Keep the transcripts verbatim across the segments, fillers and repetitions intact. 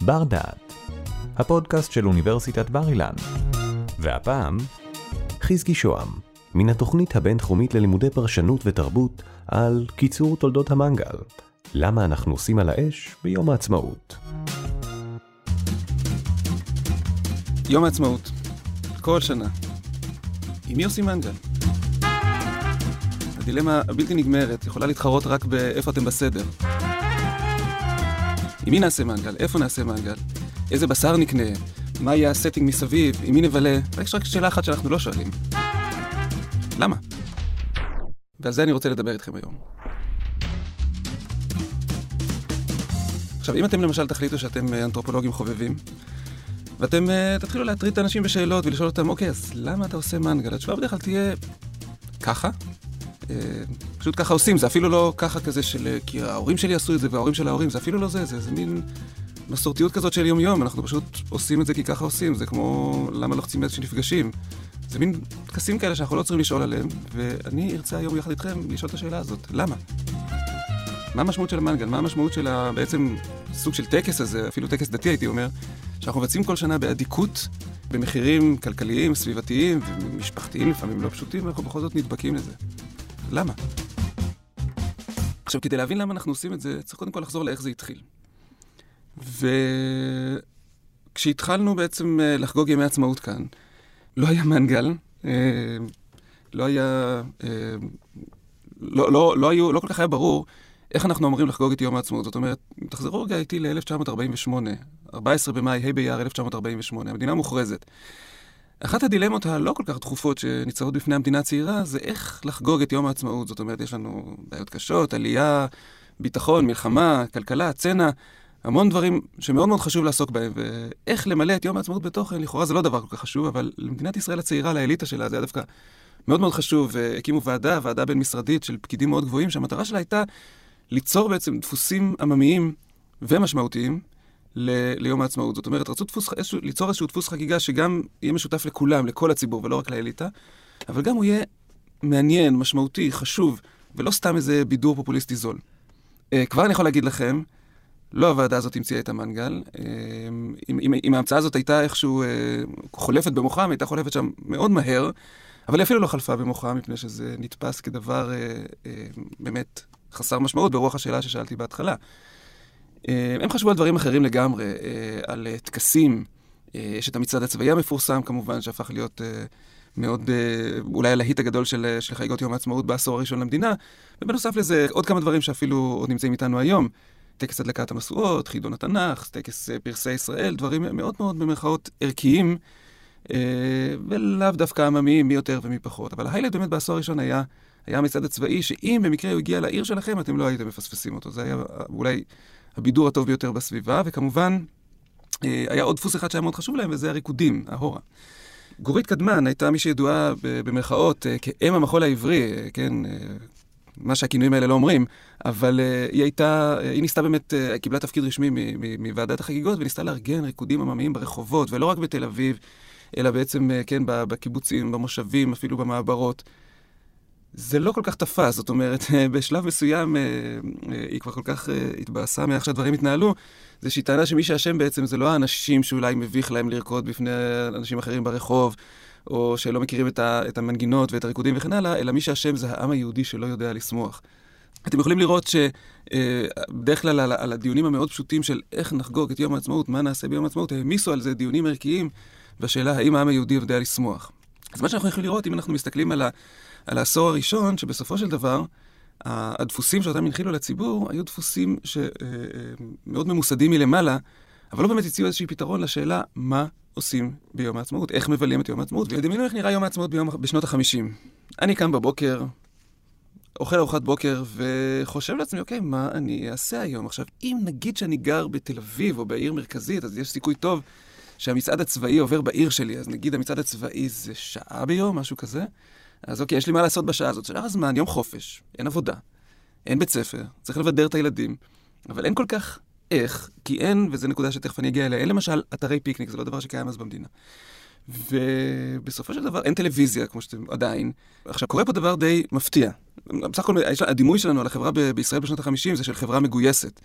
בר דעת, הפודקאסט של אוניברסיטת בר אילן. והפעם, חזקי שוהם, מן התוכנית הבינתחומית ללימודי פרשנות ותרבות על קיצור תולדות המנגל. למה אנחנו עושים על האש ביום העצמאות. יום העצמאות, כל שנה. עם מי עושים מנגל? הדילמה הבלתי נגמרת יכולה להתחרות רק באיפה אתם בסדר. עם מי נעשה מנגל? איפה נעשה מנגל? איזה בשר נקנה? מה יהיה הסטינג מסביב? עם מי נבלה? ויש רק שאלה אחת שאנחנו לא שואלים. למה? ועל זה אני רוצה לדבר איתכם היום. עכשיו, אם אתם למשל תחליטו שאתם אנתרופולוגים חובבים, ואתם uh, תתחילו להטריד את האנשים בשאלות ולשאול אותם, אוקיי, אז למה אתה עושה מנגל? התשובה בדרך כלל תהיה ככה. Uh, פשוט ככה עושים, זה אפילו לא ככה כזה של, כי ההורים שלי עשו את זה וההורים של ההורים, זה אפילו לא זה, זה, זה מין מסורתיות כזאת של יום-יום, אנחנו פשוט עושים את זה כי ככה עושים, זה כמו למה לוחצים איזה שנפגשים. זה מין תקסים כאלה שאנחנו לא צריכים לשאול עליהם, ואני ארצה היום יחד איתכם לשאול את השאלה הזאת, למה? מה המשמעות של המנגל? מה המשמעות של ה... בעצם סוג של טקס הזה, אפילו טקס דתי הייתי אומר, שאנחנו מבצעים כל שנה באדיקות, במחירים כלכליים, סביבתיים ומשפחתיים, לפעמים לא פשוטים, ואנחנו בכל זאת נדבקים לזה. למה? עכשיו, כדי להבין למה אנחנו עושים את זה, צריך קודם כל לחזור לאיך זה התחיל. וכשהתחלנו בעצם לחגוג ימי עצמאות כאן, לא היה מנגל, לא היה... לא, לא, לא, היו, לא כל כך היה ברור איך אנחנו אמורים לחגוג את יום העצמאות. זאת אומרת, תחזרו רגע איתי ל-אלף תשע מאות ארבעים ושמונה, ארבעה עשר במאי, ה' באייר אלף תשע מאות ארבעים ושמונה, המדינה מוכרזת. אחת הדילמות הלא כל כך דחופות שניצבות בפני המדינה הצעירה, זה איך לחגוג את יום העצמאות. זאת אומרת, יש לנו בעיות קשות, עלייה, ביטחון, מלחמה, כלכלה, צנע, המון דברים שמאוד מאוד חשוב לעסוק בהם, ואיך למלא את יום העצמאות בתוכן, לכאורה זה לא דבר כל כך חשוב, אבל למדינת ישראל הצעירה, לאליטה שלה, זה היה דווקא מאוד מאוד חשוב, והקימו ועדה, ועדה בין משרדית של פקידים מאוד גבוהים, שהמטרה שלה הייתה ליצור בעצם דפוסים עממיים ומשמעותיים ל- ליום העצמאות. זאת אומרת, רצו דפוס, איזשהו, ליצור איזשהו דפוס חגיגה שגם יהיה משותף לכולם, לכל הציבור, ולא רק לאליטה, אבל גם הוא יהיה מעניין, משמעותי, חשוב, ולא סתם איזה בידור פופוליסטי זול. Uh, כבר אני יכול להגיד לכם, לא הוועדה הזאת המציאה את המנגל. Uh, אם, אם, אם ההמצאה הזאת הייתה איכשהו uh, חולפת במוחם, הייתה חולפת שם מאוד מהר, אבל היא אפילו לא חלפה במוחם, מפני שזה נתפס כדבר uh, uh, באמת חסר משמעות ברוח השאלה ששאלתי בהתחלה. הם חשבו על דברים אחרים לגמרי, על תקסים. יש את המצעד הצבאי המפורסם, כמובן, שהפך להיות מאוד, אולי הלהיט הגדול של, של חגיגות יום העצמאות בעשור הראשון למדינה, ובנוסף לזה, עוד כמה דברים שאפילו עוד נמצאים איתנו היום. טקס הדלקת המשואות, חידון התנ"ך, טקס פרסי ישראל, דברים מאוד מאוד במרכאות ערכיים, ולאו דווקא עממיים, מי יותר ומי פחות. אבל ההיילייט באמת בעשור הראשון היה היה המצעד הצבאי, שאם במקרה הוא הגיע לעיר שלכם, אתם לא הייתם מפספסים אותו. זה היה אולי הבידור הטוב ביותר בסביבה, וכמובן, היה עוד דפוס אחד שהיה מאוד חשוב להם, וזה הריקודים, ההורה. גורית קדמן הייתה מי שידועה במרכאות כאם המחול העברי, כן, מה שהכינויים האלה לא אומרים, אבל היא הייתה, היא ניסתה באמת, קיבלה תפקיד רשמי מוועדת החגיגות, וניסתה לארגן ריקודים עממיים ברחובות, ולא רק בתל אביב, אלא בעצם, כן, בקיבוצים, במושבים, אפילו במעברות. זה לא כל כך תפס, זאת אומרת, בשלב מסוים היא כבר כל כך התבאסה מאיך שהדברים התנהלו, זה שהיא טענה שמי שהשם בעצם זה לא האנשים שאולי מביך להם לרקוד בפני אנשים אחרים ברחוב, או שלא מכירים את, ה, את המנגינות ואת הריקודים וכן הלאה, אלא מי שהשם זה העם היהודי שלא יודע לשמוח. אתם יכולים לראות שבדרך כלל על, על הדיונים המאוד פשוטים של איך נחגוג את יום העצמאות, מה נעשה ביום העצמאות, העמיסו על זה דיונים ערכיים, והשאלה האם העם היהודי יודע לשמוח. אז מה שאנחנו יכולים לראות, אם אנחנו מסתכלים על ה על העשור הראשון, שבסופו של דבר, הדפוסים שאותם הנחילו לציבור, היו דפוסים שמאוד ממוסדים מלמעלה, אבל לא באמת הציעו איזושהי פתרון לשאלה מה עושים ביום העצמאות, איך מבלים את יום העצמאות. ודמיינו איך נראה יום העצמאות ביום, בשנות החמישים. אני קם בבוקר, אוכל ארוחת בוקר, וחושב לעצמי, אוקיי, מה אני אעשה היום? עכשיו, אם נגיד שאני גר בתל אביב או בעיר מרכזית, אז יש סיכוי טוב שהמצעד הצבאי עובר בעיר שלי, אז נגיד המצעד הצבאי זה שעה ביום, משהו כזה. אז אוקיי, יש לי מה לעשות בשעה הזאת. שאלה הזמן, יום חופש, אין עבודה, אין בית ספר, צריך לבדר את הילדים, אבל אין כל כך איך, כי אין, וזו נקודה שתכף אני אגיע אליה, אין למשל אתרי פיקניק, זה לא דבר שקיים אז במדינה. ובסופו של דבר אין טלוויזיה, כמו שאתם עדיין. עכשיו, קורה פה דבר די מפתיע. בסך הכל, הדימוי שלנו על החברה ב- בישראל בשנות ה-חמישים זה של חברה מגויסת.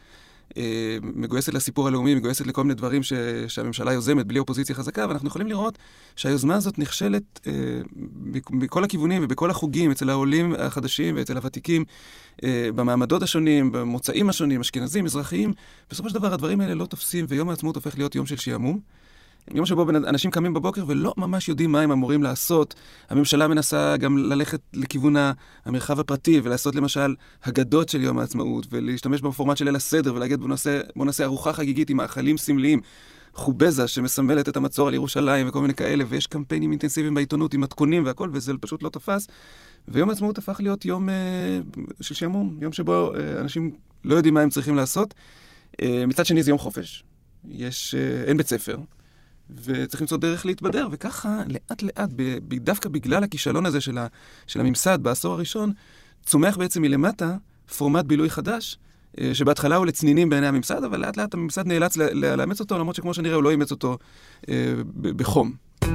מגויסת לסיפור הלאומי, מגויסת לכל מיני דברים ש... שהממשלה יוזמת בלי אופוזיציה חזקה, ואנחנו יכולים לראות שהיוזמה הזאת נכשלת בכל הכיוונים ובכל החוגים, אצל העולים החדשים ואצל הוותיקים, במעמדות השונים, במוצאים השונים, אשכנזים, מזרחיים. בסופו של דבר הדברים האלה לא תופסים, ויום העצמאות הופך להיות יום של שיעמום. יום שבו אנשים קמים בבוקר ולא ממש יודעים מה הם אמורים לעשות. הממשלה מנסה גם ללכת לכיוון המרחב הפרטי ולעשות למשל הגדות של יום העצמאות ולהשתמש בפורמט של ליל הסדר ולהגיד בוא נעשה, בוא נעשה ארוחה חגיגית עם מאכלים סמליים, חובזה שמסמלת את המצור על ירושלים וכל מיני כאלה, ויש קמפיינים אינטנסיביים בעיתונות עם מתכונים והכל, וזה פשוט לא תפס. ויום העצמאות הפך להיות יום אה, של שעמום, יום שבו אה, אנשים לא יודעים מה הם צריכים לעשות. אה, מצד שני זה יום חופש. יש, אה, אין בית ספר. וצריך למצוא דרך להתבדר, וככה לאט לאט, דווקא בגלל הכישלון הזה של, ה, של הממסד בעשור הראשון, צומח בעצם מלמטה פורמט בילוי חדש, שבהתחלה הוא לצנינים בעיני הממסד, אבל לאט לאט הממסד נאלץ לאמץ אותו, למרות שכמו שנראה הוא לא אימץ אותו בחום.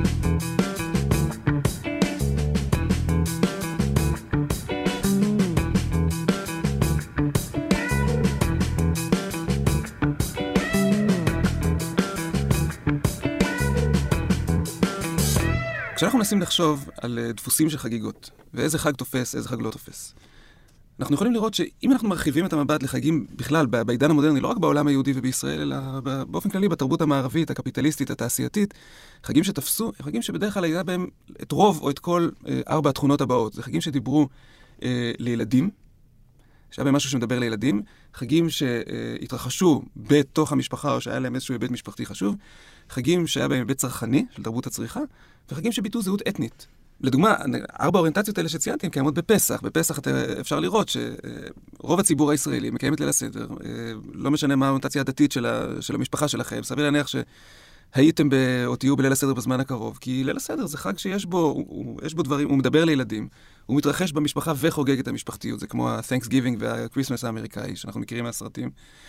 כשאנחנו מנסים לחשוב על דפוסים של חגיגות, ואיזה חג תופס, איזה חג לא תופס, אנחנו יכולים לראות שאם אנחנו מרחיבים את המבט לחגים בכלל, בעידן המודרני, לא רק בעולם היהודי ובישראל, אלא באופן כללי בתרבות המערבית, הקפיטליסטית, התעשייתית, חגים שתפסו, חגים שבדרך כלל היה בהם את רוב או את כל אה, ארבע התכונות הבאות. זה חגים שדיברו אה, לילדים, שהיה בהם משהו שמדבר לילדים, חגים שהתרחשו בתוך המשפחה, או שהיה להם איזשהו היבט משפחתי חשוב, חגים שהיה בהם היבט צרכני, של תרבות הצריכה, וחגים שביטאו זהות אתנית. לדוגמה, ארבע האוריינטציות האלה שציינתי, הם קיימות בפסח. בפסח אפשר לראות שרוב הציבור הישראלי מקיים את ליל הסדר. לא משנה מה האוריינטציה הדתית של, ה, של המשפחה שלכם. סביר להניח שהייתם ב, או תהיו בליל הסדר בזמן הקרוב. כי ליל הסדר זה חג שיש בו, הוא, יש בו דברים, הוא מדבר לילדים. הוא מתרחש במשפחה וחוגג את המשפחתיות. זה כמו ה-Thanksgiving וה-Christmas האמריקאי, שאנחנו מכירים מהסרטים.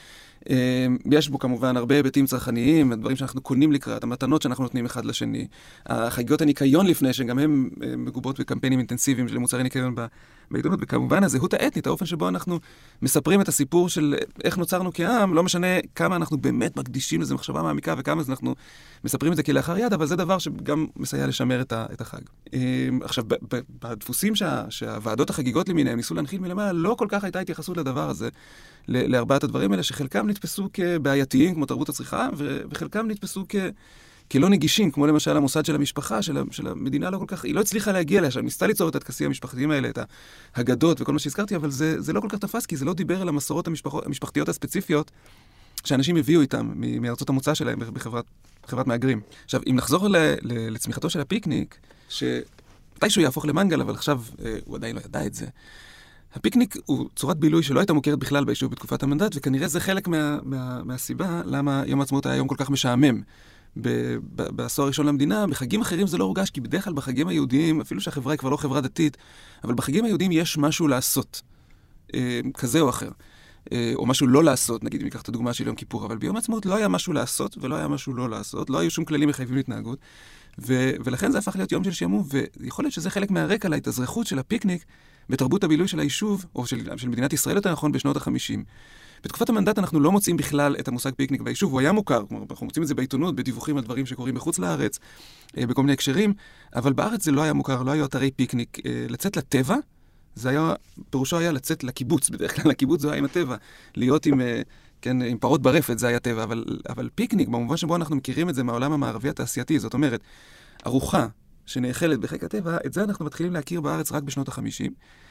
יש בו כמובן הרבה היבטים צרכניים, הדברים שאנחנו קונים לקראת, המתנות שאנחנו נותנים אחד לשני, החגיגות הניקיון לפני, שגם הן מגובות בקמפיינים אינטנסיביים של מוצרי ניקיון בעיתונות, וכמובן הזהות האתנית, האופן שבו אנחנו מספרים את הסיפור של איך נוצרנו כעם, לא משנה כמה אנחנו באמת מקדישים לזה מחשבה מעמיקה, וכמה אנחנו מספרים את זה כלאחר יד, אבל זה דבר שגם מסייע לשמר את החג. עכשיו, בדפוסים שהוועדות החגיגות למיניהם ניסו להנחיל מלמעלה, לא כל כך הייתה התייחסות לדבר הזה, לארבעת הדברים האלה, שחלקם נתפסו כבעייתיים, כמו תרבות הצריכה, וחלקם נתפסו כ... כלא נגישים, כמו למשל המוסד של המשפחה, של, של המדינה לא כל כך, היא לא הצליחה להגיע אליה, ניסתה ליצור את הטקסים המשפחתיים האלה, את ההגדות וכל מה שהזכרתי, אבל זה, זה לא כל כך תפס, כי זה לא דיבר על המסורות המשפחות, המשפחתיות הספציפיות, שאנשים הביאו איתם מארצות המוצא שלהם בחברת, בחברת מהגרים. עכשיו, אם נחזור ל, ל, לצמיחתו של הפיקניק, שמתישהו יהפוך למנגל, אבל עכשיו הוא עדיין לא ידע את זה, הפיקניק הוא צורת בילוי שלא הייתה מוכרת בכלל ביישוב בתקופת המנדט, וכנראה זה חלק מה, מה, מהסיבה למה יום העצמאות היה יום כל כך משעמם. בעשור הראשון למדינה, בחגים אחרים זה לא הורגש, כי בדרך כלל בחגים היהודיים, אפילו שהחברה היא כבר לא חברה דתית, אבל בחגים היהודיים יש משהו לעשות, כזה או אחר. או משהו לא לעשות, נגיד אם ניקח את הדוגמה של יום כיפור, אבל ביום העצמאות לא היה משהו לעשות, ולא היה משהו לא לעשות, לא היו שום כללים מחייבים להתנהגות, ו- ולכן זה הפך להיות יום של שעמום, ויכול להיות שזה חלק מהרקע להתאזרחות של הפיקניק, בתרבות הבילוי של היישוב, או של, של מדינת ישראל יותר נכון, בשנות ה-חמישים. בתקופת המנדט אנחנו לא מוצאים בכלל את המושג פיקניק ביישוב, הוא היה מוכר, אנחנו מוצאים את זה בעיתונות, בדיווחים על דברים שקורים בחוץ לארץ, בכל מיני הקשרים, אבל בארץ זה לא היה מוכר, לא היו אתרי פיקניק. לצאת לטבע, זה היה, פירושו היה לצאת לקיבוץ, בדרך כלל לקיבוץ זה היה עם הטבע, להיות עם, כן, עם פרות ברפת, זה היה טבע, אבל, אבל פיקניק, במובן שבו אנחנו מכירים את זה מהעולם המערבי התעשייתי, זאת אומרת, ארוחה שנאכלת בחיק הטבע, את זה אנחנו מתחילים להכיר בארץ רק בשנות ה-חמישים,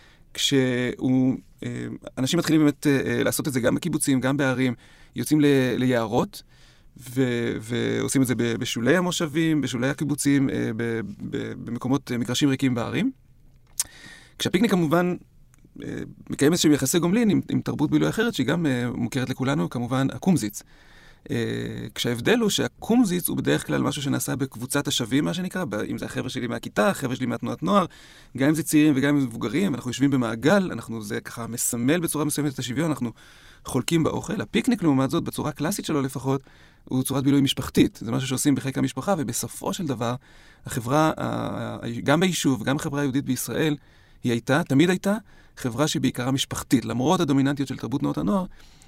כשאנשים מתחילים באמת לעשות את זה גם בקיבוצים, גם בערים, יוצאים ליערות, ו- ועושים את זה בשולי המושבים, בשולי הקיבוצים, במקומות, מגרשים ריקים בערים. כשהפיקניק כמובן מקיים איזשהם יחסי גומלין עם, עם תרבות בילוי אחרת, שהיא גם מוכרת לכולנו, כמובן הקומזיץ. כשההבדל הוא שהקומזיץ הוא בדרך כלל משהו שנעשה בקבוצת השווים, מה שנקרא, אם זה החבר'ה שלי מהכיתה, החבר'ה שלי מהתנועת נוער, גם אם זה צעירים וגם אם זה מבוגרים, אנחנו יושבים במעגל, אנחנו, זה ככה מסמל בצורה מסוימת את השוויון, אנחנו חולקים באוכל. הפיקניק לעומת זאת, בצורה הקלאסית שלו לפחות, הוא צורת בילוי משפחתית. זה משהו שעושים בחיק המשפחה, ובסופו של דבר, החברה, גם ביישוב, גם החברה היהודית בישראל, היא הייתה, תמיד הייתה, חברה שהיא בעיקרה משפחתית. למרות הדומיננטיות של תרבות תנועות הנוער,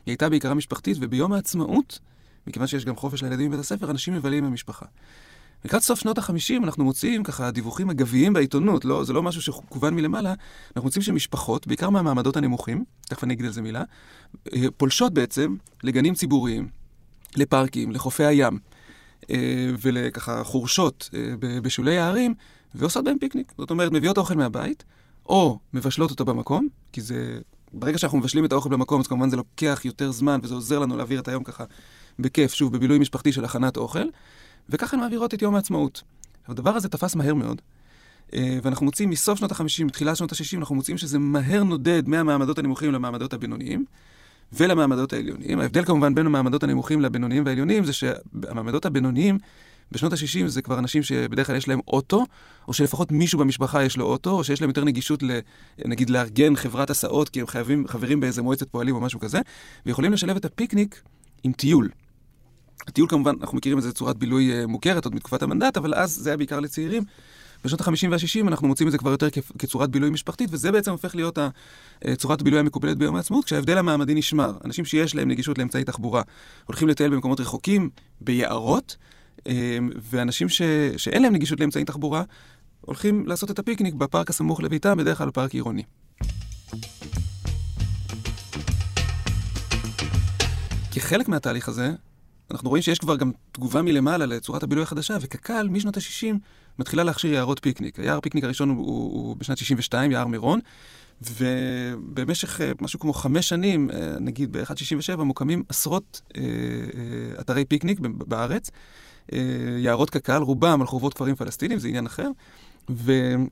היא הייתה בעיקרה משפחתית, וביום העצמאות, מכיוון שיש גם חופש לילדים בבית הספר, אנשים מבלים עם המשפחה. לקראת סוף שנות ה-חמישים אנחנו מוצאים ככה דיווחים אגביים בעיתונות, לא, זה לא משהו שכוון מלמעלה, אנחנו מוצאים שמשפחות, בעיקר מהמעמדות הנמוכים, תכף אני אגיד על זה מילה, פולשות בעצם לגנים ציבוריים, לפארקים, לחופי הים, ולככה חורשות בשולי הערים, ועושות בהם פיקניק. זאת אומרת, מביאות אוכל מהבית, או מבשלות אותו במקום, כי זה, ברגע שאנחנו מבשלים את האוכל במקום, אז כמובן זה לוקח יותר זמן, וזה עוזר לנו להעביר את היום ככה בכיף, שוב, בבילוי משפחתי של הכנת אוכל, וככה הן מעבירות את יום העצמאות. הדבר הזה תפס מהר מאוד, ואנחנו מוצאים מסוף שנות ה-חמישים, מתחילת שנות ה-שישים, אנחנו מוצאים שזה מהר נודד מהמעמדות הנמוכים למעמדות הבינוניים, ולמעמדות העליוניים. ההבדל כמובן בין המעמדות הנמוכים לבינוניים והעליוניים, זה שהמעמדות הבינוניים, בשנות ה-שישים זה כבר אנשים שבדרך כלל יש להם אוטו, או שלפחות מישהו במשפחה יש לו אוטו, או שיש להם יותר נגישות, נגיד, לארגן חברת הסעות, כי הם חייבים, חברים באיזה מועצת פועלים או משהו כזה, ויכולים לשלב את הפיקניק עם טיול. הטיול כמובן, אנחנו מכירים את זה צורת בילוי מוכרת, עוד מתקופת המנדט, אבל אז זה היה בעיקר לצעירים. בשנות ה-חמישים וה-שישים אנחנו מוצאים את זה כבר יותר כצורת בילוי משפחתית, וזה בעצם הופך להיות צורת הבילוי המקובלת ביום העצמאות, כשההבדל המעמדי נשמר. אנשים שיש להם נגישות לאמצעי תחבורה, הולכים לטייל במקומות רחוקים, ביערות, ואנשים ש... שאין להם נגישות לאמצעי תחבורה, הולכים לעשות את הפיקניק בפארק הסמוך לביתם, בדרך כלל בפארק עירוני. כחלק מהתהליך הזה, אנחנו רואים שיש כבר גם תגובה מלמעלה לצורת הבילוי החדשה, וקק"ל משנות ה-שישים מתחילה להכשיר יערות פיקניק. היער הפיקניק הראשון הוא, הוא בשנת שישים ושתיים, יער מירון, ובמשך משהו כמו חמש שנים, נגיד ב-אחת שישים ושבע, מוקמים עשרות אה, אה, אתרי פיקניק בארץ, אה, יערות קק"ל, רובם על חורבות כפרים פלסטינים, זה עניין אחר, ו...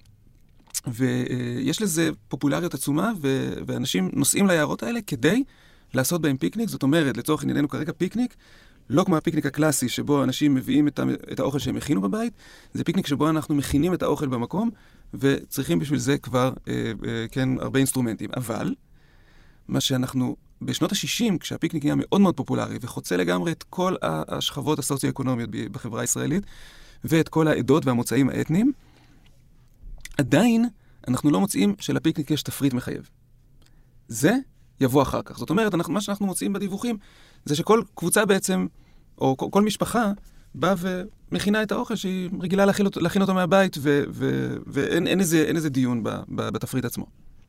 ויש לזה פופולריות עצומה, ו... ואנשים נוסעים ליערות האלה כדי לעשות בהם פיקניק. זאת אומרת, לצורך ענייננו כרגע פיקניק, לא כמו הפיקניק הקלאסי שבו אנשים מביאים את, ה... את האוכל שהם הכינו בבית, זה פיקניק שבו אנחנו מכינים את האוכל במקום, וצריכים בשביל זה כבר, אה, אה, כן, הרבה אינסטרומנטים. אבל, מה שאנחנו, בשנות ה-שישים, כשהפיקניק נהיה מאוד מאוד פופולרי, וחוצה לגמרי את כל השכבות הסוציו-אקונומיות בחברה הישראלית, ואת כל העדות והמוצאים האתניים, עדיין אנחנו לא מוצאים שלפיקניק יש תפריט מחייב. זה יבוא אחר כך. זאת אומרת, אנחנו, מה שאנחנו מוצאים בדיווחים, זה שכל קבוצה בעצם, או כל, כל משפחה, באה ומכינה את האוכל שהיא רגילה להכין אותו, להכין אותו מהבית, ו, ו, ואין אין איזה, אין איזה דיון ב, ב, בתפריט עצמו.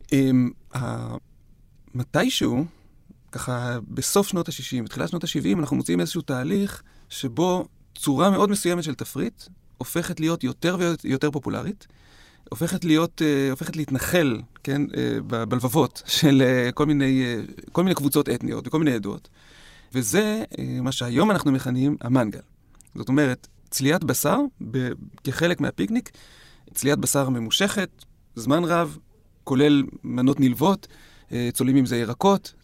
מתישהו, ככה בסוף שנות ה-שישים, בתחילת שנות ה-שבעים, אנחנו מוצאים איזשהו תהליך שבו צורה מאוד מסוימת של תפריט הופכת להיות יותר ויותר פופולרית, הופכת להיות, הופכת להתנחל, כן, בלבבות של כל מיני, כל מיני קבוצות אתניות וכל מיני עדות. וזה מה שהיום אנחנו מכנים המנגל. זאת אומרת, צליית בשר, ב- כחלק מהפיקניק, צליית בשר ממושכת, זמן רב, כולל מנות נלוות, צולים עם זה ירקות,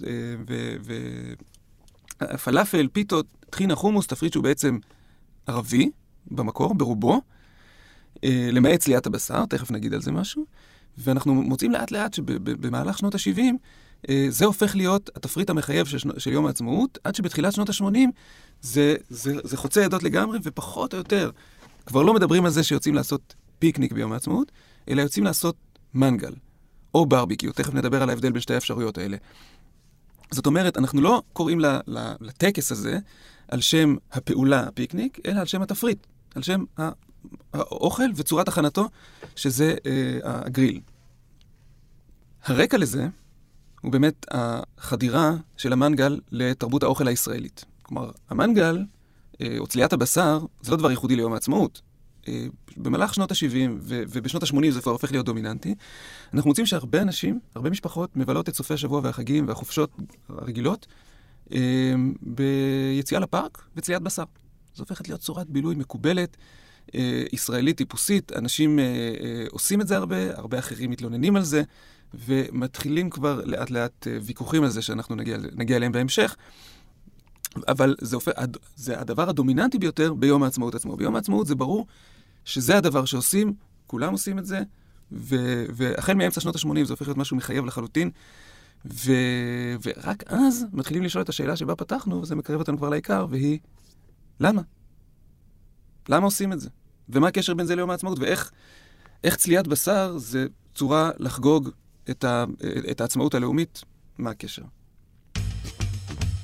ופלאפל, פיתות, טחינה, חומוס, תפריט שהוא בעצם ערבי, במקור, ברובו, למעט צליית הבשר, תכף נגיד על זה משהו, ואנחנו מוצאים לאט לאט שבמהלך שנות ה-שבעים, זה הופך להיות התפריט המחייב של, של יום העצמאות, עד שבתחילת שנות ה-שמונים זה, זה, זה חוצה עדות לגמרי, ופחות או יותר, כבר לא מדברים על זה שיוצאים לעשות פיקניק ביום העצמאות, אלא יוצאים לעשות מנגל, או ברביקיו, תכף נדבר על ההבדל בין שתי האפשרויות האלה. זאת אומרת, אנחנו לא קוראים לטקס הזה על שם הפעולה הפיקניק, אלא על שם התפריט, על שם האוכל וצורת הכנתו, שזה אה, הגריל. הרקע לזה הוא באמת החדירה של המנגל לתרבות האוכל הישראלית. כלומר, המנגל, אה, או צליית הבשר, זה לא דבר ייחודי ליום העצמאות. אה, במהלך שנות ה-שבעים ו- ובשנות ה-שמונים זה כבר הופך להיות דומיננטי. אנחנו מוצאים שהרבה אנשים, הרבה משפחות, מבלות את סופי השבוע והחגים והחופשות הרגילות, אה, ביציאה לפארק וצליית בשר. זו הופכת להיות צורת בילוי מקובלת, אה, ישראלית, טיפוסית. אנשים אה, אה, עושים את זה הרבה, הרבה אחרים מתלוננים על זה, ומתחילים כבר לאט לאט אה, ויכוחים על זה שאנחנו נגיע, נגיע אליהם בהמשך. אבל זה, הופך, זה הדבר הדומיננטי ביותר ביום העצמאות עצמו. ביום העצמאות זה ברור שזה הדבר שעושים, כולם עושים את זה, ו, והחל מאמצע שנות ה-שמונים זה הופך להיות משהו מחייב לחלוטין, ו, ורק אז מתחילים לשאול את השאלה שבה פתחנו, וזה מקרב אותנו כבר לעיקר, והיא, למה? למה עושים את זה? ומה הקשר בין זה ליום העצמאות? ואיך איך צליית בשר זה צורה לחגוג את, ה, את העצמאות הלאומית? מה הקשר?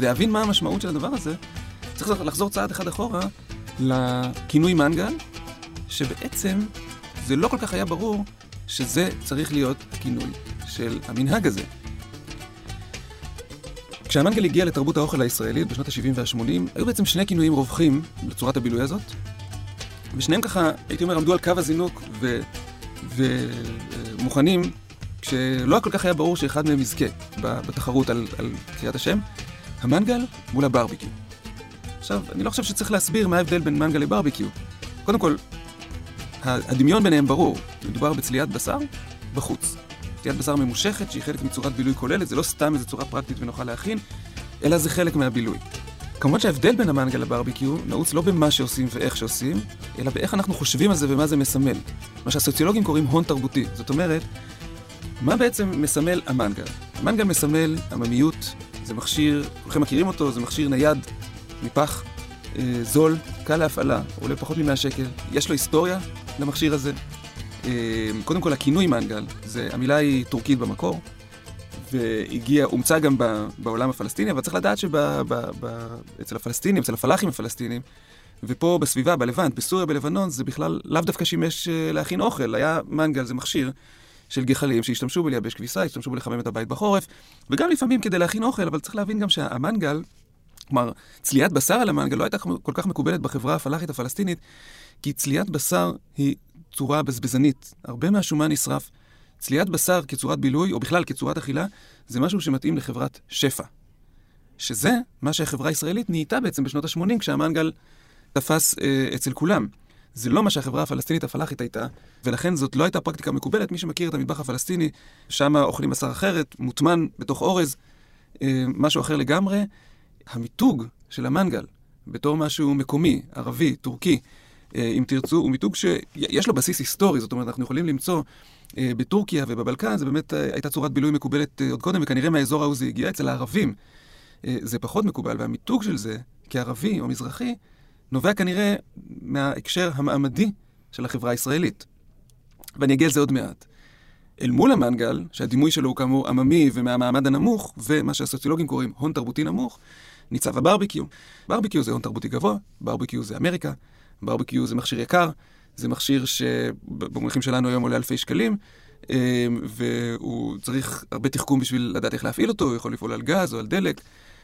כדי להבין מה המשמעות של הדבר הזה, צריך לחזור צעד אחד אחורה לכינוי מנגל, שבעצם זה לא כל כך היה ברור שזה צריך להיות הכינוי של המנהג הזה. כשהמנגל הגיע לתרבות האוכל הישראלית בשנות ה-שבעים וה-שמונים, היו בעצם שני כינויים רווחים לצורת הבילוי הזאת, ושניהם ככה, הייתי אומר, עמדו על קו הזינוק ו... ומוכנים, כשלא כל כך היה ברור שאחד מהם יזכה בתחרות על, על קריאת השם, המנגל מול הברביקיו. עכשיו, אני לא חושב שצריך להסביר מה ההבדל בין מנגל לברביקיו. קודם כל, הדמיון ביניהם ברור. מדובר בצליית בשר בחוץ. צליית בשר ממושכת, שהיא חלק מצורת בילוי כוללת, זה לא סתם איזו צורה פרקטית ונוכל להכין, אלא זה חלק מהבילוי. כמובן שההבדל בין המנגל לברביקיו נעוץ לא במה שעושים ואיך שעושים, אלא באיך אנחנו חושבים על זה ומה זה מסמל. מה שהסוציולוגים קוראים הון תרבותי. זאת אומרת, מה בעצם מסמל המנגל? המנגל מסמל עממיות, זה מכשיר, כולכם מכירים אותו, זה מכשיר נייד, מפח, אה, זול, קל להפעלה, עולה פחות מ-מאה שקל. יש לו היסטוריה למכשיר הזה. אה, קודם כל, הכינוי מנגל, זה, המילה היא טורקית במקור, והגיע, הומצא גם בעולם הפלסטיני, אבל צריך לדעת שאצל הפלסטינים, אצל הפלאחים הפלסטינים, ופה בסביבה, בלבנט, בסוריה, בלבנון, זה בכלל לאו דווקא שימש להכין אוכל. היה מנגל, זה מכשיר של גחלים שהשתמשו בו לייבש כביסה, השתמשו בו לחמם את הבית בחורף, וגם לפעמים כדי להכין אוכל, אבל צריך להבין גם שהמנגל, כלומר, צליית בשר על המנגל לא הייתה כל כך מקובלת בחברה הפלאחית הפלסטינית, כי צליית בשר היא צורה בזבזנית. הרבה מהשומן נשרף. צליית בשר כצורת בילוי, או בכלל כצורת אכילה, זה משהו שמתאים לחברת שפע. שזה מה שהחברה הישראלית נהייתה בעצם בשנות ה-שמונים, כשהמנגל תפס אה, אצל כולם. זה לא מה שהחברה הפלסטינית הפלאחית הייתה, ולכן זאת לא הייתה פרקטיקה מקובלת. מי שמכיר את המטבח הפלסטיני, שם אוכלים בשר אחרת, מוטמן בתוך אורז, אה, משהו אחר לגמרי. המיתוג של המנגל, בתור משהו מקומי, ערבי, טורקי, אה, אם תרצו, הוא מיתוג שיש לו בסיס היסטורי. זאת אומרת, אנחנו יכולים למצוא אה, בטורקיה ובבלקן, זה באמת אה, הייתה צורת בילוי מקובלת אה, עוד קודם, וכנראה מהאזור ההוא זה הגיע. אצל הערבים אה, זה פחות מקובל, והמיתוג של זה, כערבי או מזרחי, נובע כנראה מההקשר המעמדי של החברה הישראלית. ואני אגיע לזה עוד מעט. אל מול המנגל, שהדימוי שלו הוא כאמור עממי ומהמעמד הנמוך, ומה שהסוציולוגים קוראים הון תרבותי נמוך, ניצב הברביקיו. ברביקיו זה הון תרבותי גבוה, ברביקיו זה אמריקה, ברביקיו זה מכשיר יקר, זה מכשיר שבמונחים שלנו היום עולה אלפי שקלים, והוא צריך הרבה תחכום בשביל לדעת איך להפעיל אותו, הוא יכול לפעול על גז או על דלק,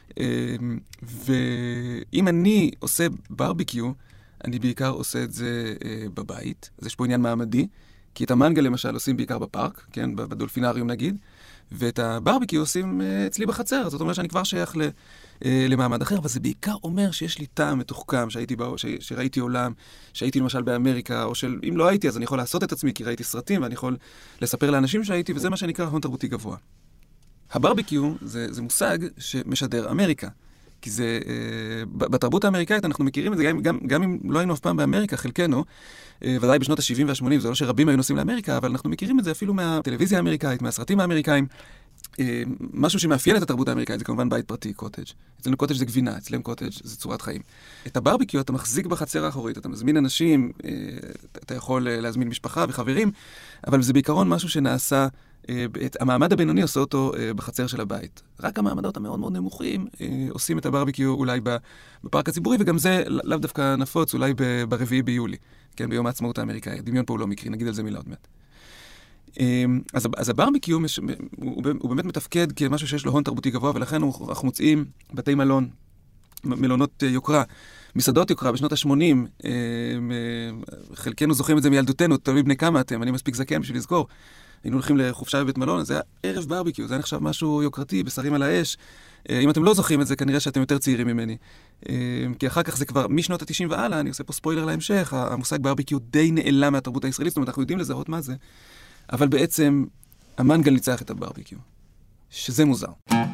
ואם אני עושה ברביקיו, אני בעיקר עושה את זה בבית. אז יש פה עניין מעמדי, כי את המנגל למשל עושים בעיקר בפארק, כן, בדולפינריום נגיד, ואת הברביקיו עושים אצלי בחצר. זאת אומרת שאני כבר שייך למעמד אחר, אבל זה בעיקר אומר שיש לי טעם מתוחכם, שהייתי בא, ש, שראיתי עולם, שהייתי למשל באמריקה, או של, אם לא הייתי, אז אני יכול לעשות את עצמי, כי ראיתי סרטים, ואני יכול לספר לאנשים שהייתי, וזה מה שנקרא הון תרבותי גבוה. הברביקיו זה, זה מושג שמשדר אמריקה. כי זה, אה, בתרבות האמריקאית אנחנו מכירים את זה, גם, גם, גם אם לא היינו אף פעם באמריקה, חלקנו, אה, ודאי בשנות ה-שבעים וה-שמונים, זה לא שרבים היו נוסעים לאמריקה, אבל אנחנו מכירים את זה אפילו מהטלוויזיה האמריקאית, מהסרטים האמריקאים. אה, משהו שמאפיין את התרבות האמריקאית זה כמובן בית פרטי, קוטג'. אצלנו קוטג' זה גבינה, אצלם קוטג' זה צורת חיים. את הברביקיו אתה מחזיק בחצר האחורית, אתה מזמין אנשים, אה, אתה יכול להזמין משפחה וחברים, אבל זה בעיקרון משהו שנעשה, את המעמד הבינוני עושה אותו בחצר של הבית. רק המעמדות המאוד מאוד נמוכים עושים את הברביקיו אולי בפארק הציבורי, וגם זה לאו דווקא נפוץ, אולי ברביעי ביולי, כן, ביום העצמאות האמריקאי. דמיון פה הוא לא מקרי, נגיד על זה מילה עוד מעט. אז, אז הברביקיו הוא, הוא באמת מתפקד כמשהו שיש לו הון תרבותי גבוה, ולכן אנחנו מוצאים בתי מלון, מלונות יוקרה, מסעדות יוקרה בשנות ה-שמונים, חלקנו זוכרים את זה מילדותנו, תלוי בני כמה אתם, אני מספיק זקן בשביל לזכור. היינו הולכים לחופשה בבית מלון, זה היה ערב ברביקיו, זה היה נחשב משהו יוקרתי, בשרים על האש. אם אתם לא זוכרים את זה, כנראה שאתם יותר צעירים ממני. כי אחר כך זה כבר, משנות ה-תשעים והלאה, אני עושה פה ספוילר להמשך, המושג ברביקיו די נעלם מהתרבות הישראלית, זאת אומרת, אנחנו יודעים לזהות מה זה, אבל בעצם המנגל ניצח את הברביקיו, שזה מוזר.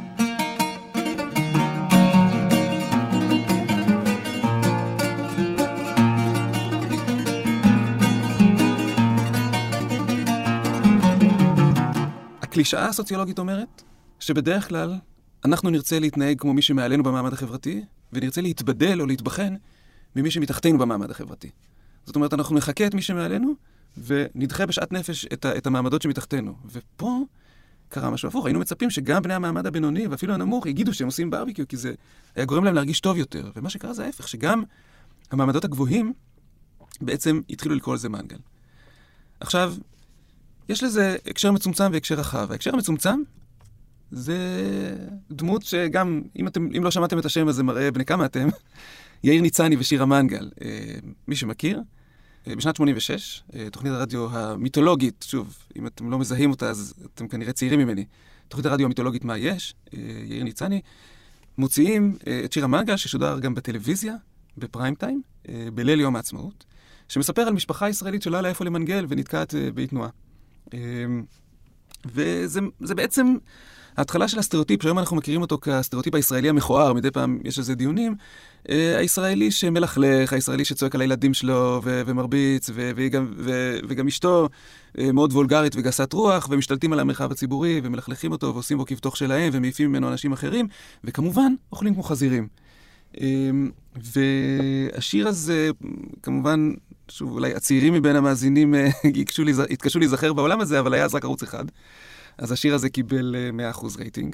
הקלישאה הסוציולוגית אומרת שבדרך כלל אנחנו נרצה להתנהג כמו מי שמעלינו במעמד החברתי, ונרצה להתבדל או להתבחן ממי שמתחתנו במעמד החברתי. זאת אומרת, אנחנו נחכה את מי שמעלינו, ונדחה בשעת נפש את, את המעמדות שמתחתנו. ופה קרה משהו הפוך. היינו מצפים שגם בני המעמד הבינוני ואפילו הנמוך יגידו שהם עושים ברביקיו, כי זה היה גורם להם להרגיש טוב יותר. ומה שקרה זה ההפך, שגם המעמדות הגבוהים בעצם התחילו לקרוא לזה מנגל. עכשיו, יש לזה הקשר מצומצם והקשר רחב. ההקשר המצומצם זה דמות שגם, אם, אתם, אם לא שמעתם את השם הזה מראה בני כמה אתם, יאיר ניצני ושיר המנגל. מי שמכיר, בשנת שמונים ושש, תוכנית הרדיו המיתולוגית, שוב, אם אתם לא מזהים אותה, אז אתם כנראה צעירים ממני, תוכנית הרדיו המיתולוגית מה יש, יאיר ניצני, מוציאים את שיר המנגל, ששודר גם בטלוויזיה, בפריים טיים, בליל יום העצמאות, שמספר על משפחה ישראלית שלא היה לה איפה למנגל ונתקעת באי תנועה. וזה זה בעצם ההתחלה של הסטריאוטיפ, שהיום אנחנו מכירים אותו כסטריאוטיפ הישראלי המכוער, מדי פעם יש איזה דיונים, הישראלי שמלכלך, הישראלי שצועק על הילדים שלו ו- ומרביץ, ו- וגם, ו- וגם אשתו מאוד וולגרית וגסת רוח, ומשתלטים על המרחב הציבורי, ומלכלכים אותו, ועושים בו כבתוך שלהם, ומעיפים ממנו אנשים אחרים, וכמובן, אוכלים כמו חזירים. והשיר הזה, כמובן, שוב, אולי הצעירים מבין המאזינים התקשו להיזכר בעולם הזה, אבל היה אז רק ערוץ אחד. אז השיר הזה קיבל מאה אחוז רייטינג.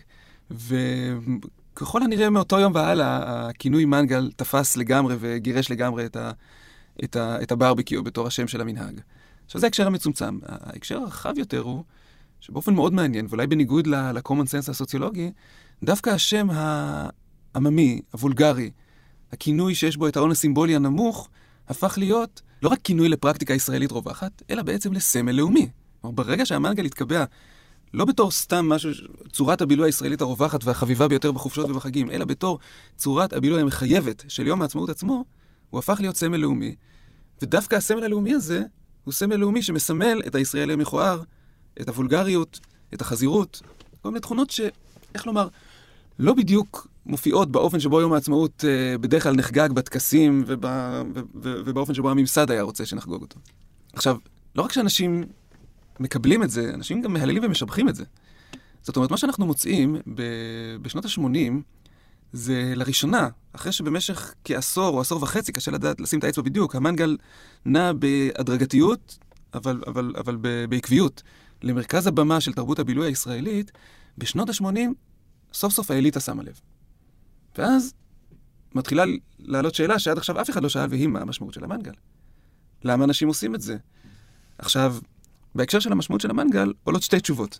וככל הנראה מאותו יום והלאה, הכינוי מנגל תפס לגמרי וגירש לגמרי את, ה, את, ה, את הברביקיו בתור השם של המנהג. עכשיו זה ההקשר המצומצם. ההקשר הרחב יותר הוא, שבאופן מאוד מעניין, ואולי בניגוד לקומון סנס הסוציולוגי, דווקא השם העממי, הוולגרי, הכינוי שיש בו את ההון הסימבולי הנמוך, הפך להיות לא רק כינוי לפרקטיקה ישראלית רווחת, אלא בעצם לסמל לאומי. ברגע שהמנגל התקבע לא בתור סתם משהו, צורת הבילוי הישראלית הרווחת והחביבה ביותר בחופשות ובחגים, אלא בתור צורת הבילוי המחייבת של יום העצמאות עצמו, הוא הפך להיות סמל לאומי. ודווקא הסמל הלאומי הזה הוא סמל לאומי שמסמל את הישראלי המכוער, את הוולגריות, את החזירות, כל מיני תכונות ש, איך לומר, לא בדיוק מופיעות באופן שבו יום העצמאות אה, בדרך כלל נחגג בטקסים ובא, ו, ו, ובאופן שבו הממסד היה רוצה שנחגוג אותו. עכשיו, לא רק שאנשים מקבלים את זה, אנשים גם מהללים ומשבחים את זה. זאת אומרת, מה שאנחנו מוצאים ב, בשנות ה-שמונים, זה לראשונה, אחרי שבמשך כעשור או עשור וחצי, קשה לדעת לשים את האצבע בדיוק, המנגל נע בהדרגתיות, אבל, אבל, אבל בעקביות, למרכז הבמה של תרבות הבילוי הישראלית, בשנות ה-שמונים, סוף סוף האליטה שמה לב. ואז מתחילה לעלות שאלה שעד עכשיו אף אחד לא שאל, והיא מה המשמעות של המנגל. למה אנשים עושים את זה? עכשיו, בהקשר של המשמעות של המנגל, עולות שתי תשובות.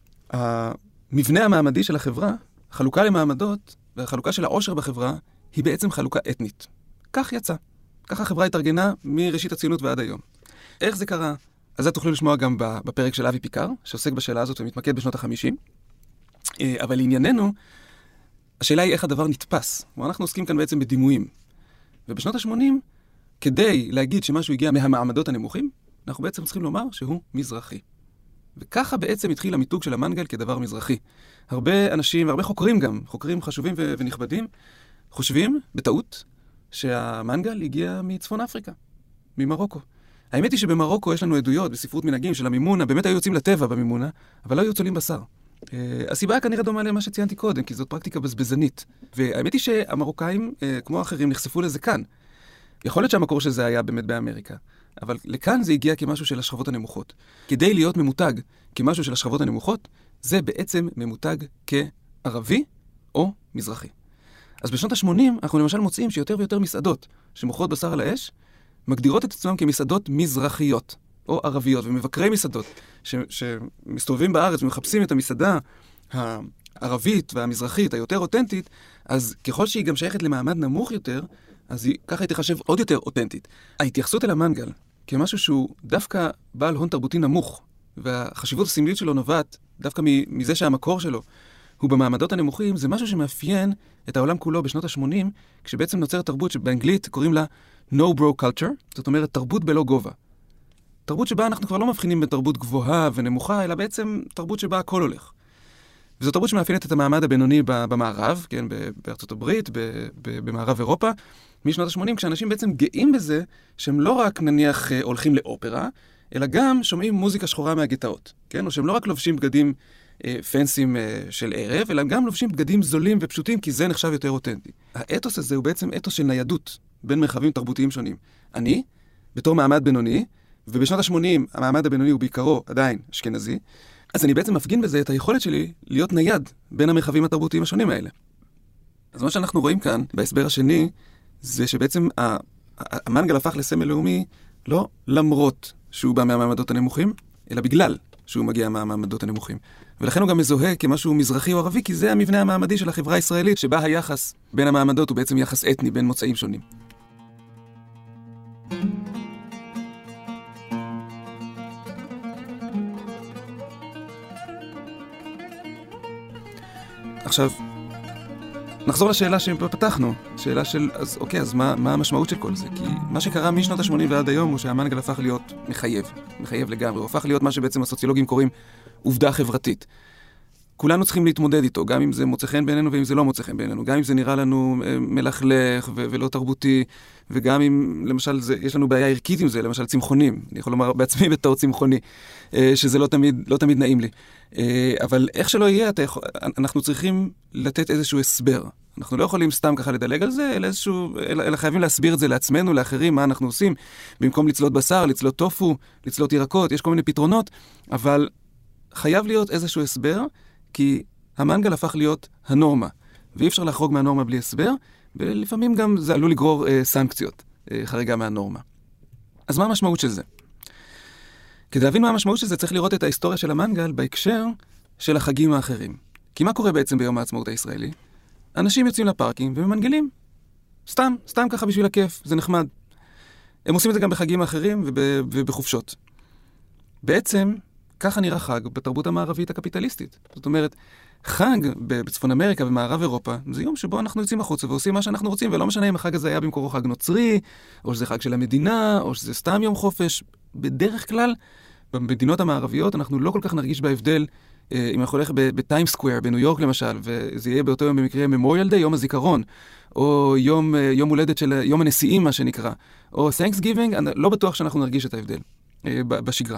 המבנה המעמדי של החברה, החלוקה למעמדות, והחלוקה של העושר בחברה, היא בעצם חלוקה אתנית. כך יצא. כך החברה התארגנה מראשית הציונות ועד היום. איך זה קרה? אז זה תוכלו לשמוע גם בפרק של אבי פיקר, שעוסק בשאלה הזאת ומתמקד בשנות ה-חמישים. אבל לענייננו, השאלה היא איך הדבר נתפס. אנחנו עוסקים כאן בעצם בדימויים. ובשנות ה-שמונים, כדי להגיד שמשהו הגיע מהמעמדות הנמוכים, אנחנו בעצם צריכים לומר שהוא מזרחי. וככה בעצם התחיל המיתוג של המנגל כדבר מזרחי. הרבה אנשים, והרבה חוקרים גם, חוקרים חשובים ו- ונכבדים, חושבים בטעות שהמנגל הגיע מצפון אפריקה, ממרוקו. האמת היא שבמרוקו יש לנו עדויות בספרות מנהגים של המימונה, באמת היו יוצאים לטבע במימונה, אבל לא היו צולים בשר. Uh, הסיבה כנראה דומה למה שציינתי קודם, כי זאת פרקטיקה בזבזנית. והאמת היא שהמרוקאים, uh, כמו האחרים, נחשפו לזה כאן. יכול להיות שהמקור של זה היה באמת באמריקה, אבל לכאן זה הגיע כמשהו של השכבות הנמוכות. כדי להיות ממותג כמשהו של השכבות הנמוכות, זה בעצם ממותג כערבי או מזרחי. אז בשנות ה-שמונים אנחנו למשל מוצאים שיותר ויותר מסעדות שמוכרות בשר על האש, מגדירות את עצמם כמסעדות מזרחיות או ערביות, ומבקרי מסעדות ש- שמסתובבים בארץ ומחפשים את המסעדה הערבית והמזרחית היותר אותנטית, אז ככל שהיא גם שייכת למעמד נמוך יותר, אז היא, ככה היא תחשב עוד יותר אותנטית. ההתייחסות אל המנגל כמשהו שהוא דווקא בעל הון תרבותי נמוך, והחשיבות הסמלית שלו נובעת דווקא מזה שהמקור שלו הוא במעמדות הנמוכים, זה משהו שמאפיין את העולם כולו בשנות ה-שמונים, כשבעצם נוצרת תרבות שבאנגלית קוראים לה no bro culture, זאת אומרת תרבות בלא גובה. תרבות שבה אנחנו כבר לא מבחינים בתרבות גבוהה ונמוכה, אלא בעצם תרבות שבה הכל הולך. וזו תרבות שמאפיינת את המעמד הבינוני במערב, כן, בארצות הברית, במערב אירופה, משנות ה-שמונים, כשאנשים בעצם גאים בזה שהם לא רק נניח הולכים לאופרה, אלא גם שומעים מוזיקה שחורה מהגטאות, כן? או שהם לא רק לובשים בגדים אה, פנסים אה, של ערב, אלא גם לובשים בגדים זולים ופשוטים, כי זה נחשב יותר אותנטי. האתוס הזה הוא בעצם אתוס של ניידות בין מרחבים תרבותיים שונים. אני, בתור מעמד בינוני, ובשנות ה-שמונים המעמד הבינוני הוא בעיקרו עדיין אשכנזי, אז אני בעצם מפגין בזה את היכולת שלי להיות נייד בין המרחבים התרבותיים השונים האלה. אז מה שאנחנו רואים כאן, בהסבר השני, זה שבעצם המנגל הפך לסמל לאומי לא למרות שהוא בא מהמעמדות הנמוכים, אלא בגלל שהוא מגיע מהמעמדות הנמוכים. ולכן הוא גם מזוהה כמשהו מזרחי או ערבי, כי זה המבנה המעמדי של החברה הישראלית, שבה היחס בין המעמדות הוא בעצם יחס אתני בין מוצאים שונים. עכשיו, נחזור לשאלה שפתחנו, שאלה של, אז אוקיי, אז מה, מה המשמעות של כל זה? כי מה שקרה משנות ה-שמונים ועד היום הוא שהמנגל הפך להיות מחייב, מחייב לגמרי, הוא הפך להיות מה שבעצם הסוציולוגים קוראים עובדה חברתית. כולנו צריכים להתמודד איתו, גם אם זה מוצא חן בעינינו ואם זה לא מוצא חן בעינינו, גם אם זה נראה לנו מלכלך ו- ולא תרבותי, וגם אם, למשל, זה, יש לנו בעיה ערכית עם זה, למשל צמחונים, אני יכול לומר בעצמי בתור צמחוני, שזה לא תמיד, לא תמיד נעים לי. אבל איך שלא יהיה, יכול, אנחנו צריכים לתת איזשהו הסבר. אנחנו לא יכולים סתם ככה לדלג על זה, אלא, איזשהו, אלא, אלא חייבים להסביר את זה לעצמנו, לאחרים, מה אנחנו עושים. במקום לצלות בשר, לצלות טופו, לצלות ירקות, יש כל מיני פתרונות, אבל חייב להיות איזשהו הסבר, כי המנגל הפך להיות הנורמה, ואי אפשר לחרוג מהנורמה בלי הסבר, ולפעמים גם זה עלול לגרור אה, סנקציות, אה, חריגה מהנורמה. אז מה המשמעות של זה? כדי להבין מה המשמעות של זה, צריך לראות את ההיסטוריה של המנגל בהקשר של החגים האחרים. כי מה קורה בעצם ביום העצמאות הישראלי? אנשים יוצאים לפארקים וממנגלים. סתם, סתם ככה בשביל הכיף, זה נחמד. הם עושים את זה גם בחגים האחרים וב, ובחופשות. בעצם, ככה נראה חג בתרבות המערבית הקפיטליסטית. זאת אומרת, חג בצפון אמריקה ומערב אירופה, זה יום שבו אנחנו יוצאים החוצה ועושים מה שאנחנו רוצים, ולא משנה אם החג הזה היה במקורו חג נוצרי, או שזה חג של המדינה, או שזה סתם יום חופש. בדרך כלל, במדינות המערביות אנחנו לא כל כך נרגיש בהבדל, אם אנחנו הולך בטיים סקוואר, בניו יורק למשל, וזה יהיה באותו יום במקרה ממוריאל דיי, יום הזיכרון, או יום, יום הולדת של יום הנשיאים, מה שנקרא, או Thanksgiving, לא בטוח שאנחנו נרגיש את ההבדל בשגרה.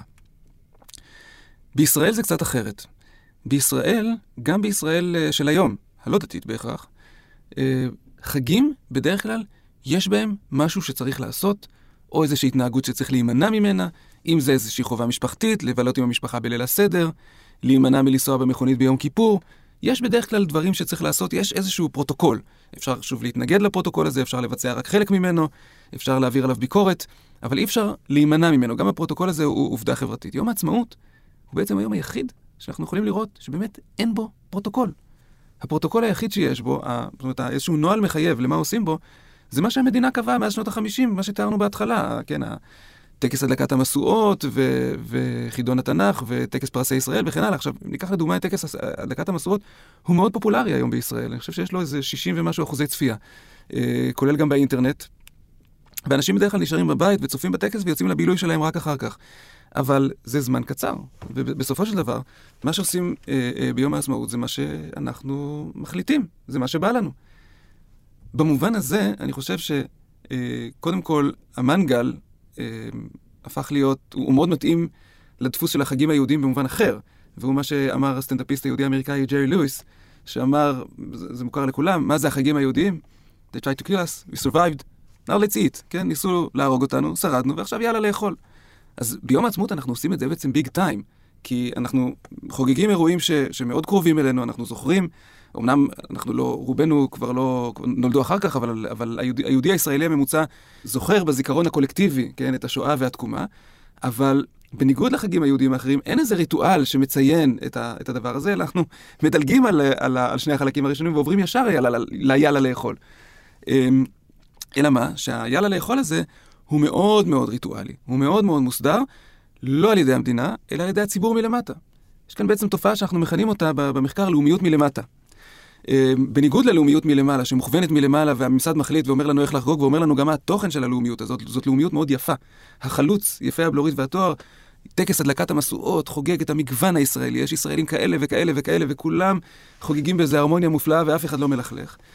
בישראל זה קצת אחרת. בישראל, גם בישראל של היום, הלא דתית בהכרח, חגים בדרך כלל יש בהם משהו שצריך לעשות, או איזושהי התנהגות שצריך להימנע ממנה, אם זה איזושהי חובה משפחתית, לבלות עם המשפחה בליל הסדר, להימנע מלנסוע במכונית ביום כיפור. יש בדרך כלל דברים שצריך לעשות, יש איזשהו פרוטוקול. אפשר שוב להתנגד לפרוטוקול הזה, אפשר לבצע רק חלק ממנו, אפשר להעביר עליו ביקורת, אבל אי אפשר להימנע ממנו. גם הפרוטוקול הזה הוא עובדה חברתית. יום העצמאות הוא בעצם היום היחיד שאנחנו יכולים לראות שבאמת אין בו פרוטוקול. הפרוטוקול היחיד שיש בו, זאת אומרת, איזשהו נוהל מחייב למה עושים בו, זה מה שהמדינה קבעה מאז שנות ה-חמישים, מה שתיארנו בהתחלה, כן, טקס הדלקת המשואות ו- וחידון התנ"ך וטקס פרסי ישראל וכן הלאה. עכשיו, ניקח לדוגמה את טקס הדלקת המשואות, הוא מאוד פופולרי היום בישראל. אני חושב שיש לו איזה שישים ומשהו אחוזי צפייה, כולל גם באינטרנט. ואנשים בדרך כלל נשארים בבית וצופים בטקס ויוצאים לבילוי שלהם רק אחר כך. אבל זה זמן קצר. ובסופו של דבר, מה שעושים ביום העצמאות זה מה שאנחנו מחליטים. זה מה שבא לנו. במובן הזה, אני חושב שקודם כל, המנגל הפך להיות, הוא מאוד מתאים לדפוס של החגים היהודים במובן אחר, והוא מה שאמר הסטנדאפיסט היהודי האמריקאי ג'רי לואיס, שאמר, זה, זה מוכר לכולם, מה זה החגים היהודיים? They tried to kill us, we survived, now let's eat, כן? ניסו להרוג אותנו, שרדנו, ועכשיו יאללה לאכול. אז ביום העצמאות אנחנו עושים את זה בעצם ביג טיים, כי אנחנו חוגגים אירועים ש, שמאוד קרובים אלינו, אנחנו זוכרים, אמנם אנחנו לא, רובנו כבר לא נולדו אחר כך, אבל, אבל היהודי, היהודי הישראלי הממוצע זוכר בזיכרון הקולקטיבי, כן, את השואה והתקומה, אבל בניגוד לחגים היהודיים האחרים, אין איזה ריטואל שמציין את, ה, את הדבר הזה, אנחנו מדלגים על, על, על שני החלקים הראשונים ועוברים ישר ליאללה, ליאללה לאכול. אלא מה? שהיאללה לאכול הזה הוא מאוד מאוד ריטואלי, הוא מאוד מאוד מוסדר, לא על ידי המדינה, אלא על ידי הציבור מלמטה. יש כאן בעצם תופעה שאנחנו מכנים אותה במחקר לאומיות מלמטה. בניגוד ללאומיות מלמעלה, שמוכוונת מלמעלה והממסד מחליט ואומר לנו איך לחגוג, ואומר לנו גם מה התוכן של הלאומיות הזאת, זאת לאומיות מאוד יפה. החלוץ, יפה הבלורית והתואר, טקס הדלקת המשואות, חוגג את המגוון הישראלי, יש ישראלים כאלה וכאלה וכאלה, וכולם חוגגים באיזו הרמוניה מופלאה ואף אחד לא מלכלך.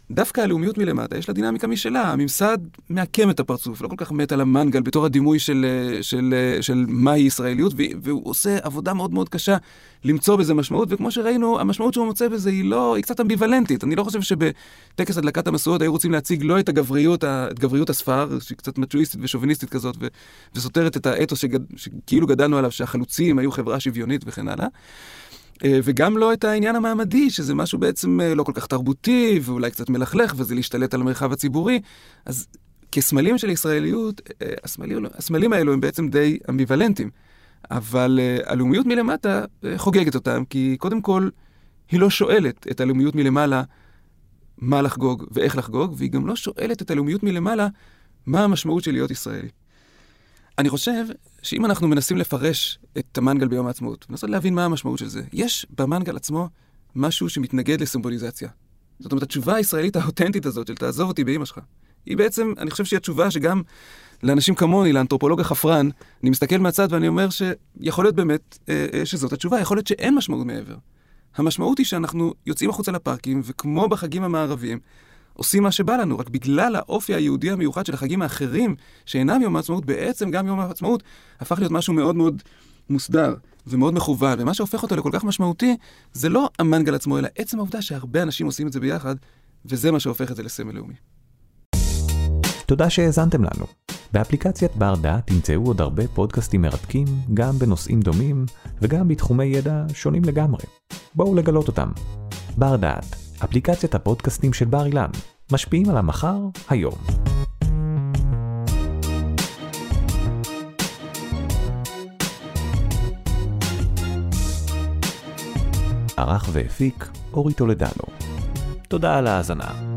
דווקא הלאומיות מלמטה, יש לה דינמיקה משלה, הממסד מעקם את הפרצוף, לא כל כך מת על המנגל בתור הדימוי של, של, של מהי ישראליות, והוא עושה עבודה מאוד מאוד קשה למצוא בזה משמעות, וכמו שראינו, המשמעות שהוא מוצא בזה היא לא, היא קצת אמביוולנטית. אני לא חושב שבטקס הדלקת המשואות היו רוצים להציג לא את הגבריות, את גבריות הספר, שהיא קצת מצ'ואיסטית ושוביניסטית כזאת, ו, וסותרת את האתוס שגד, שכאילו גדלנו עליו, שהחלוצים היו חברה שוויונית וכן הלאה. וגם לא את העניין המעמדי, שזה משהו בעצם לא כל כך תרבותי, ואולי קצת מלכלך, וזה להשתלט על המרחב הציבורי. אז כסמלים של ישראליות, הסמלים, הסמלים האלו הם בעצם די אמביוולנטיים. אבל הלאומיות מלמטה חוגגת אותם, כי קודם כל היא לא שואלת את הלאומיות מלמעלה מה לחגוג ואיך לחגוג, והיא גם לא שואלת את הלאומיות מלמעלה מה המשמעות של להיות ישראלי. אני חושב שאם אנחנו מנסים לפרש את המנגל ביום העצמאות, מנסות להבין מה המשמעות של זה, יש במנגל עצמו משהו שמתנגד לסימבוליזציה. זאת אומרת, התשובה הישראלית האותנטית הזאת של תעזוב אותי באמא שלך, היא בעצם, אני חושב שהיא התשובה שגם לאנשים כמוני, לאנתרופולוג החפרן, אני מסתכל מהצד ואני אומר שיכול להיות באמת אה, שזאת התשובה, יכול להיות שאין משמעות מעבר. המשמעות היא שאנחנו יוצאים החוצה לפארקים, וכמו בחגים המערביים, עושים מה שבא לנו, רק בגלל האופי היהודי המיוחד של החגים האחרים, שאינם יום העצמאות, בעצם גם יום העצמאות הפך להיות משהו מאוד מאוד מוסדר ומאוד מכוון, ומה שהופך אותו לכל כך משמעותי, זה לא המנגל עצמו, אלא עצם העובדה שהרבה אנשים עושים את זה ביחד, וזה מה שהופך את זה לסמל לאומי. תודה שהאזנתם לנו. באפליקציית בר דעת תמצאו עוד הרבה פודקאסטים מרתקים, גם בנושאים דומים, וגם בתחומי ידע שונים לגמרי. בואו לגלות אותם. בר דעת, אפליקציית הפודקאסטים של בר אילן, משפיעים על המחר, היום. ערך והפיק אורי טולדנו. תודה על ההאזנה.